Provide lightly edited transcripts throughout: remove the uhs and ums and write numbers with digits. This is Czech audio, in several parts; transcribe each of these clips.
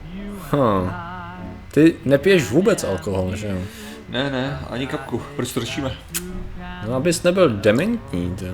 Ty nepiješ vůbec alkohol, že jo? Ne, ani kapku. Proč to řešíme? No, abys nebyl dementní, to.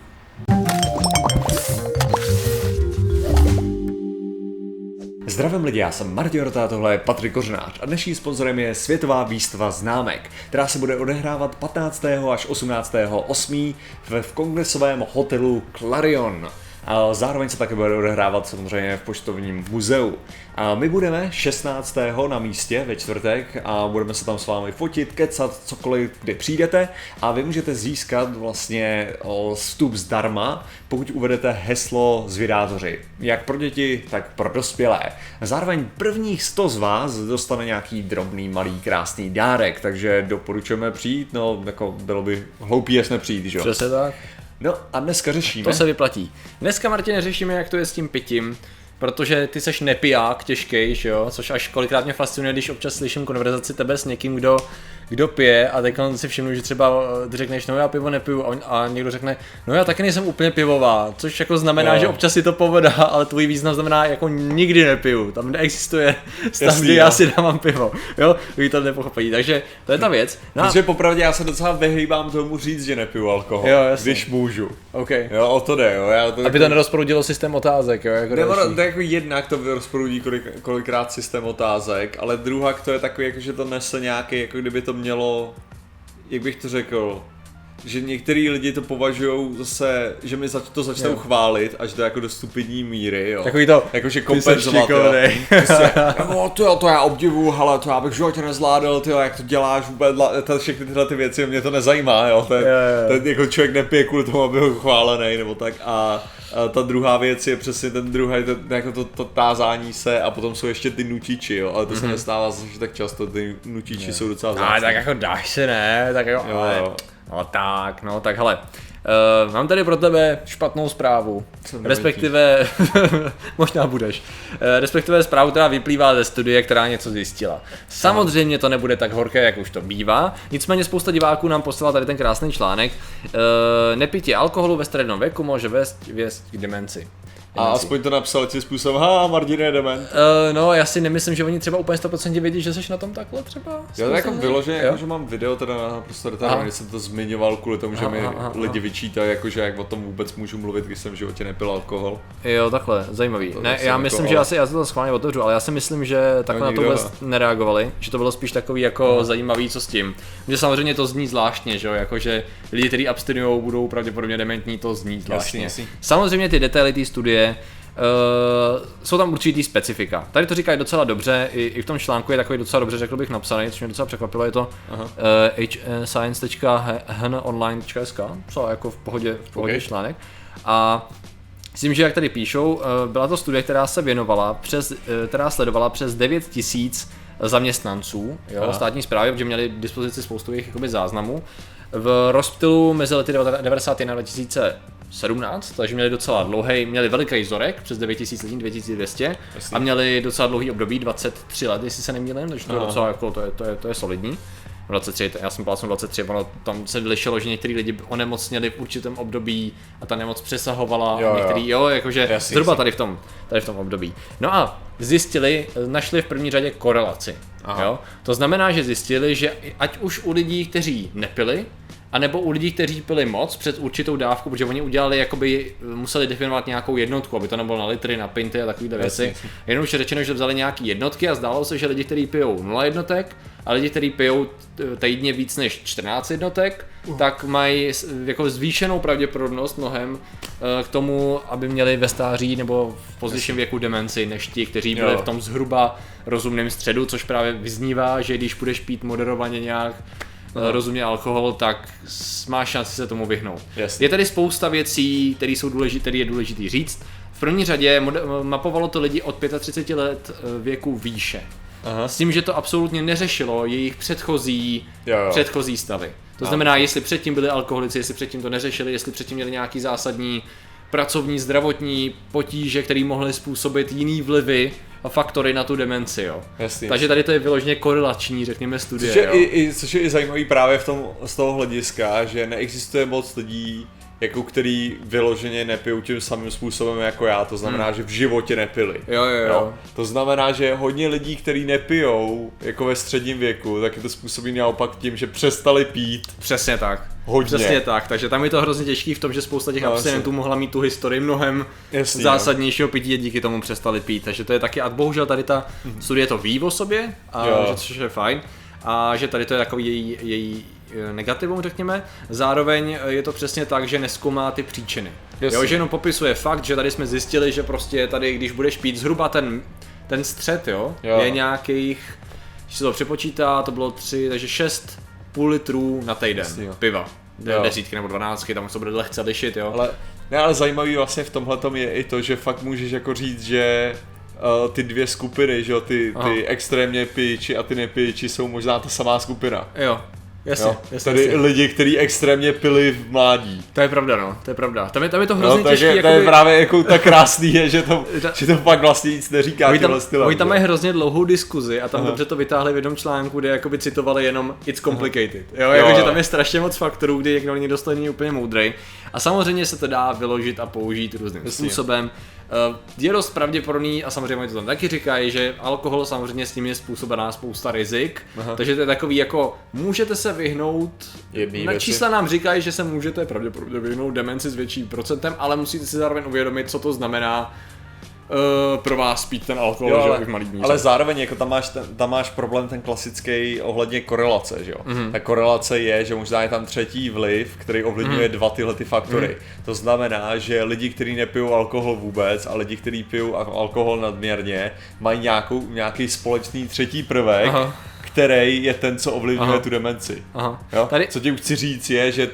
Zdravím lidi, já jsem Martin Rota, tohle je Patrik Kořenář a dnešním sponzorem je Světová výstava známek, která se bude odehrávat 15. až 18. 8. v kongresovém hotelu Clarion. A zároveň se také bude odehrávat samozřejmě v Poštovním muzeu. A my budeme 16. na místě ve čtvrtek a budeme se tam s vámi fotit, kecat, cokoliv, kdy přijdete a vy můžete získat vlastně vstup zdarma, pokud uvedete heslo Zvědátoři. Jak pro děti, tak pro dospělé. Zároveň prvních 100 z vás dostane nějaký drobný, malý, krásný dárek, takže doporučujeme přijít, no jako bylo by hloupý, jestli nepřijít, že jo? Přesně tak. No a dneska řešíme. To se vyplatí. Dneska, Martine, řešíme, jak to je s tím pitím, protože ty seš nepiják těžkej, že jo, což až kolikrát mě fascinuje, když občas slyším konverzaci tebe s někým, kdo pije a teď si všimnu, že třeba ty řekneš, no já pivo nepiju a někdo řekne, no já taky nejsem úplně pivová, což jako znamená, že občas si to povedá, ale tvůj význam znamená jako nikdy nepiju, tam neexistuje stav, kdy já si dávám pivo, jo, vy to nepochopí, takže to je ta věc. No protože popravdě já se docela vyhýbám tomu říct, že nepiju alkohol, jo, když můžu. Okay. Jo, o to jde, jo. Aby to nerozproudilo systém otázek, jo, jako to je jako jednak to rozproudí kolikrát systém otázek, ale druhak to je takový, jako, že to nese nějaký, jako kdyby to mělo, jak bych to řekl, že některý lidi to považují zase, že mi to začnou chválit, až do jako do stupidní míry, jo. Takový to, jakože kompenzovat, jo. To já obdivuju, hele, to já bych v životě nezvládl, tyjo, jak to děláš vůbec, všechny tyhle ty věci, mě to nezajímá, jo. Ten jako člověk nepije kvůli tomu, aby byl chválený, nebo tak a ta druhá věc je přesně ten druhý, jako to tázání se a potom jsou ještě ty nučiči, jo, ale to se nestává zase tak často, ty nučiči jsou docela vzácný. Tak jako dáš se, ne, tak jako, jo. No tak hele, mám tady pro tebe špatnou zprávu, respektive, možná budeš, respektive zprávu, která vyplývá ze studie, která něco zjistila. Samozřejmě to nebude tak horké, jak už to bývá, nicméně spousta diváků nám poslala tady ten krásný článek, nepití alkoholu ve středním věku může vést k demenci. A aspoň to napsal tím způsobem, Martin je dement. No, já si nemyslím, že oni třeba úplně 100% vědí, že jsi na tom takhle třeba. Já to jako vyloženě, jako, že mám video teda na prostě když jsem to zmiňoval kvůli tomu, že mi lidi vyčítají, jakože jak o tom vůbec můžu mluvit, když jsem v životě nepil alkohol. Jo, takhle, zajímavý. To ne, já myslím, že já to schválně otevřu, ale já si myslím, že takhle na to vůbec nereagovali, že to bylo spíš takový jako zajímavý, co s tím. Že samozřejmě to zní zvláštně, že jo, jakože lidi, kteří abstinujou, budou pravděpodobně dementní, to zní zvláštně. Jasně. Samozřejmě ty detaily té studie jsou tam určitý specifika. Tady to říkají docela dobře, i v tom článku je takový docela dobře, řekl bych, napsaný, což mě docela překvapilo, je to science.hnonline.sk, co jako v pohodě článek. A myslím, že jak tady píšou, byla to studie, která se věnovala, která sledovala přes 9 000 zaměstnanců státní správy, protože měli k dispozici spoustu jejich záznamů. V rozptylu mezi lety 1991 a 2017, takže měli docela dlouhý, měli veliký vzorek, přes 9000 lidí, 2200 a měli docela dlouhý období, 23 let, jestli se nemýlím, takže to je docela jako, to je solidní. 23, já jsem plásnul 23, ono tam se lišilo, že některý lidi onemocněli v určitém období a ta nemoc přesahovala, některý, jakože zhruba tady v tom období. No a našli v první řadě korelaci, jo? To znamená, že zjistili, že ať už u lidí, kteří nepili, a nebo u lidí, kteří pili moc před určitou dávku, protože oni udělali, jakoby museli definovat nějakou jednotku, aby to nebylo na litry, na pinty a takovýhle věci. Jenom už řečeno, že vzali nějaký jednotky a zdálo se, že lidi, kteří pijou 0 jednotek a lidi, kteří pijou týdně víc než 14 jednotek, tak mají jako zvýšenou pravděpodobnost mnohem k tomu, aby měli ve stáří nebo v pozdějším věku demenci, než ti, kteří byli v tom zhruba rozumném středu, což právě vyznívá, že když budeš pít moderovaně nějak rozumně alkohol, tak máš šanci se tomu vyhnout. Jasně. Je tady spousta věcí, které je důležitý říct. V první řadě mapovalo to lidi od 35 let věku výše. S tím, že to absolutně neřešilo jejich předchozí stavy. To znamená, jestli předtím byli alkoholici, jestli předtím to neřešili, jestli předtím měli nějaký zásadní pracovní, zdravotní potíže, které mohly způsobit jiný vlivy a faktory na tu demenci, jo. Jasně. Takže tady to je vyloženě korelační, řekněme, studie, což je i zajímavý právě z toho hlediska, že neexistuje moc lidí, jako který vyloženě nepijou tím samým způsobem jako já, to znamená, že v životě nepili. Jo. To znamená, že hodně lidí, kteří nepijou jako ve středním věku, tak je to způsobí naopak tím, že přestali pít. Přesně tak. Hodně. Přesně tak, takže tam je to hrozně těžký v tom, že spousta těch abstinentů mohla mít tu historii mnohem zásadnější pití a díky tomu přestali pít, takže to je taky, a bohužel tady ta studie to ví o sobě, a že což je fajn, a že tady to je takový její negativum, řekněme. Zároveň je to přesně tak, že nezkoumá ty příčiny. Jo, že jenom popisuje fakt, že tady jsme zjistili, že prostě tady, když budeš pít zhruba ten střed, je nějakých, když se to přepočítá, to bylo 3, takže 6 půl litrů na týden piva. 10 nebo 12, tam se bude lehce lišit, jo. Ale zajímavý vlastně v tomhletom je i to, že fakt můžeš jako říct, že ty dvě skupiny, že jo, ty extrémně pijiči a ty nepijiči jsou možná ta samá skupina. Jo. Jasně. Tady lidi, kteří extrémně pili v mládí. To je pravda, no, to je pravda. Tam je to hrozně těžký. Takže to je právě jako tak krásný, je, že to fakt vlastně nic neříká tímhle stylem. Oni tam mají hrozně dlouhou diskuzi a tam dobře to vytáhli v jednom článku, kde jakoby citovali jenom it's complicated. Jo, jakože tam je strašně moc faktorů, kdy někdo z toho není úplně moudrej. A samozřejmě se to dá vyložit a použít různým způsobem. Je dost pravděpodobný, a samozřejmě to tam taky říkají, že alkohol samozřejmě s tím je způsobená spousta rizik, takže to je takový jako, můžete se vyhnout, čísla nám říkají, že se můžete pravděpodobně vyhnout demenci s větším procentem, ale musíte si zároveň uvědomit, co to znamená pro vás pít ten alkohol, že v malý míře. Ale zároveň jako tam máš problém ten klasický ohledně korelace, že jo. Ta korelace je, že možná je tam třetí vliv, který ovlivňuje dva tyhle ty faktory. To znamená, že lidi, kteří nepijou alkohol vůbec a lidi, kteří pijou alkohol nadměrně, mají nějaký společný třetí prvek, který je ten, co ovlivňuje tu demenci. Jo? Co ti chci říct je, že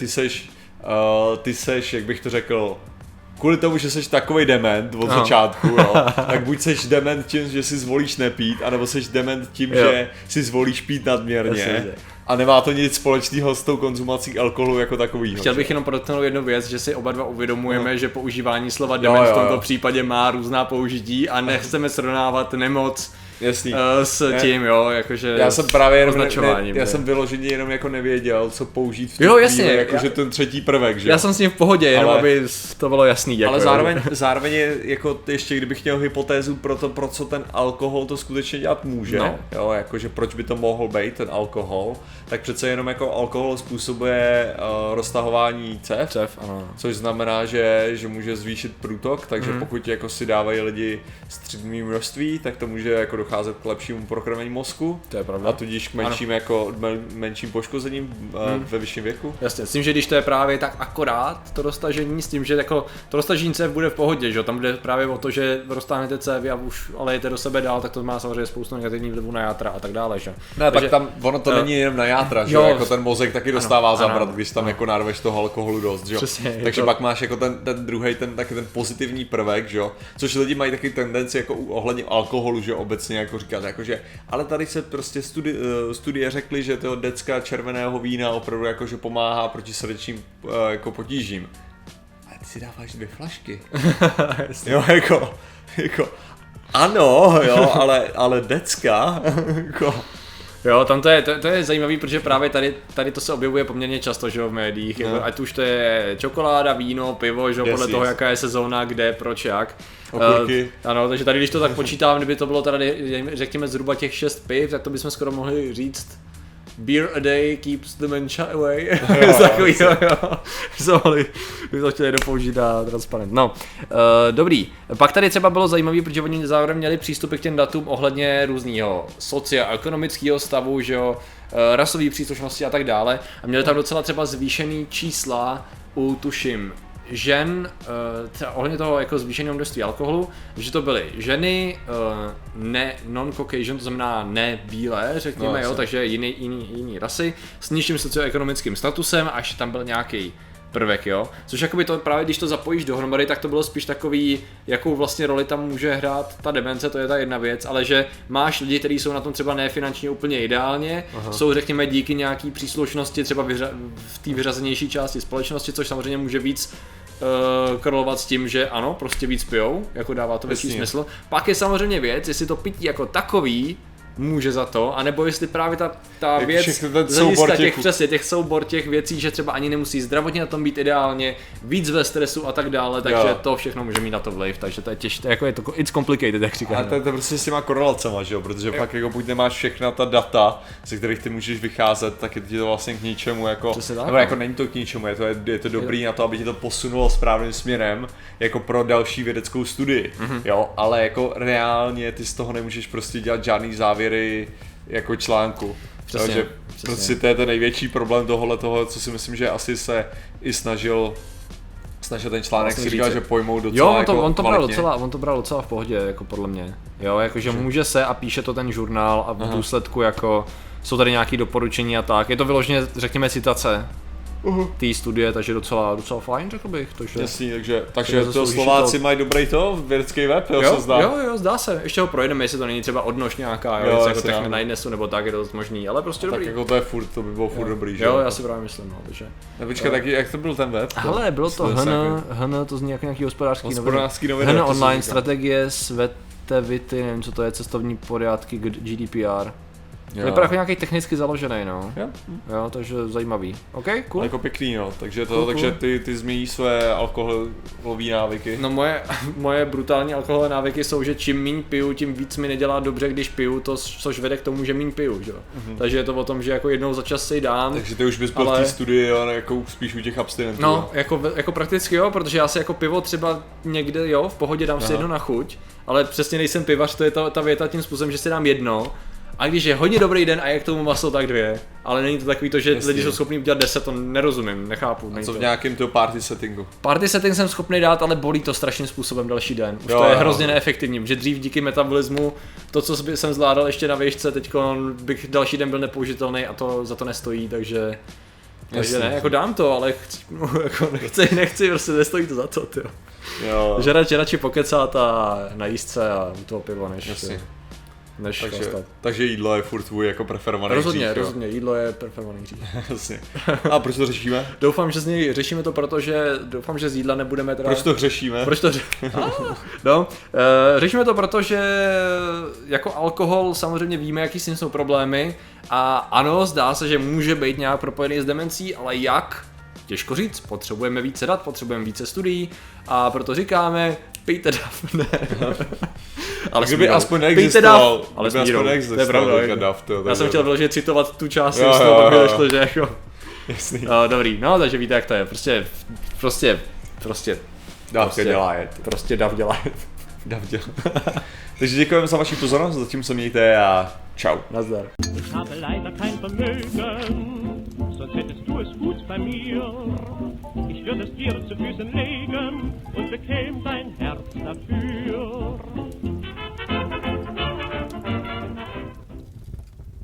ty seš, jak bych to řekl, kvůli tomu, že jsi takovej dement od začátku, tak buď seš dement tím, že si zvolíš nepít, anebo seš dement tím, že si zvolíš pít nadměrně. A nemá to nic společného s tou konzumací alkoholu jako takovýho. Chtěl bych jenom podotknout jednu věc, že si oba dva uvědomujeme, že používání slova dement v tomto případě má různá použití a nechceme srovnávat nemoc s tím, jakože já jsem právě označováním. Já jsem vyloženě jenom jako nevěděl, co použít v tu chvíli, jakože ten třetí prvek, že? Já jsem s ním v pohodě, jenom aby to bylo jasný. Jako, ale zároveň je, jako ještě kdybych měl hypotézu pro to, pro co ten alkohol to skutečně dělat může, jakože proč by to mohl být ten alkohol, tak přece jenom jako alkohol způsobuje roztahování cév, což znamená, že může zvýšit průtok, takže pokud jako si dávají lidi střední množství, tak to může jako docházet k lepšímu prokrvení mozku. To je pravda. A tudíž k menším poškozením ve vyšším věku. Jasně, s tím, že když to je právě tak akorát to roztažení, s tím, že jako to roztažení cév bude v pohodě, že tam jde právě o to, že roztáhnete cévy a už alejete do sebe dál, tak to má samozřejmě spoustu negativních vlivů na játra a tak dále, že. No, takže, tak tam ono to není jenom na játra, že jako ten mozek taky dostává zabrat, když tam jako narveš toho alkoholu dost, že. Takže pak máš jako ten druhý taky ten pozitivní prvek, že jo. Což lidi mají taky tendenci jako ohledně alkoholu, že obecně jako říkat, jakože, ale tady se prostě studie řekly, že toho decka červeného vína opravdu jakože pomáhá proti srdečním jako potížím. Ale ty si dáváš 2 flašky. Jo, jako ano, jo, ale decka, jako. Jo, tam to je zajímavý, protože právě tady to se objevuje poměrně často, že jo, v médiích, jako, ať už to je čokoláda, víno, pivo, že jo, podle toho, jaká je sezóna, kde, proč, jak. Ano, takže tady, když to tak počítám, kdyby to bylo tady, řekněme, zhruba těch 6 piv, tak to bychom skoro mohli říct beer a day keeps the dementia away. By to chtěli dopoužít na transparent. No, dobrý. Pak tady třeba bylo zajímavý, protože oni zároveň měli přístupy k těm datům ohledně různýho socioekonomického stavu, že jo, rasové příslušnosti a tak dále. A měli tam docela třeba zvýšený čísla u, tuším, žen, ohledně toho jako zvýšeného množství alkoholu, že to byly ženy non-Caucasian, to znamená ne bílé, řekněme, takže jiný rasy, s nižším socioekonomickým statusem, až tam byl nějaký prvek, jo. Což jakoby to právě, když to zapojíš dohromady, tak to bylo spíš takový, jakou vlastně roli tam může hrát ta demence, to je ta jedna věc, ale že máš lidi, kteří jsou na tom třeba ne finančně úplně ideálně, jsou řekněme díky nějaký příslušnosti třeba v té vyřazenější části společnosti, což samozřejmě může víc korelovat s tím, že ano, prostě víc pijou, jako dává to větší smysl. Pak je samozřejmě věc, jestli to pití jako takový může za to, anebo jestli právě ta Jak věc z hlediska těch soubor těch věcí, že třeba ani nemusí zdravotně na tom být ideálně, víc ve stresu a tak dále, takže to všechno může mít na to vliv, takže to je těžké, jako je to it's complicated, jak říkáš. A to je prostě s těma korelacema, že jo, protože pak jako buď nemáš všechna ta data, ze kterých ty můžeš vycházet, tak je ti to vlastně k ničemu, jako, nebo jako není to k ničemu, je to dobrý na to, aby ti to posunulo správným směrem, jako pro další vědeckou studii, jo, ale jako reálně ty z toho nemůžeš prostě dělat žádný závěry jako článku. Takže prostě to je ten největší problém toho, co si myslím, že asi se i snažil ten článek vlastně si říkal, že pojmou docela on to bral docela v pohodě, jako podle mě. Jo, jakože může se a píše to ten žurnál a v důsledku jako jsou tady nějaké doporučení a tak. Je to vyloženě, řekněme, citace té studie, takže docela fajn, řekl bych. Jasný, takže to Slováci mají dobrý vědecký web, jo, se zdá. Jo, zdá se. Ještě ho projdeme, jestli to není třeba odnož nějaká, jo, jako technika na Idnesu nebo tak, je to dost možný, ale prostě dobrý. Tak jako to by bylo furt dobrý, že jo? Já si právě myslím, no, takže. Počkej, tak jak to byl ten web? Hele, bylo to HN, to zní jako nějaký hospodářský noviny. HN online, strategie světevity, nevím co to je, cestovní poriádky GDPR. Vypadá jako nějaký technicky založený, no. Jo, takže zajímavý. OK, cool. Jako pěkný, no. Takže ty změní své alkoholové návyky. No moje brutální alkoholové návyky jsou, že čím míň piju, tím víc mi nedělá dobře, když piju, což vede k tomu, že míň piju, že jo. Takže je to o tom, že jako jednou za čas si dám. Takže ty už bys byl v té studii, ale jako spíš u těch abstinentů. No, jako prakticky jo, protože já si jako pivo třeba někde, jo, v pohodě dám si jedno na chuť, ale přesně nejsem pivař, to je ta věta tím způsobem, že si dám jedno. A když je hodně dobrý den a je k tomu maso, tak 2. Ale není to takový to, že lidi jsou schopní udělat 10, to nerozumím, nechápu. A co v nějakém toho party settingu? Party setting jsem schopný dát, ale bolí to strašným způsobem další den. Už to je hrozně neefektivní, že dřív díky metabolismu, to, co jsem zvládal ještě na výšce, teď bych další den byl nepoužitelný a to za to nestojí, takže ne, jako dám to, ale nechci, prostě nestojí to za to, tyjo. Že radši pokecat a najíst se a u toho pivo, než takže jídlo je furt tvůj jako preferovaný hřích. Rozhodně, jídlo je preferovaný hřích. Jasně. A proč to řešíme? Doufám, že z něj řešíme to, protože doufám, že z jídla nebudeme teda... Proč to řešíme? Řešíme to, protože jako alkohol samozřejmě víme, jaký s ním jsou problémy a ano, zdá se, že může být nějak propojený s demencí, ale jak? Těžko říct, potřebujeme více dat, potřebujeme více studií a proto říkáme, pijte DAF, ne. Ale kdyby aspoň neexistoval, ale to je pravda. Já jsem chtěl vyloženě citovat tu část, jo, tak mi došlo, že jako... Jasný. Dobrý, no takže víte, jak to je, prostě... DAF dělá jet. Prostě DAF dělá jet. DAF dělá. Takže děkujeme za vaši pozornost, zatím se mějte a čau. Nazdar. Ich habe leider kein Vermögen, sonst hättest du es gut bei mir. Ich würde es dir zu Füßen legen und bekäme dein Herz dafür.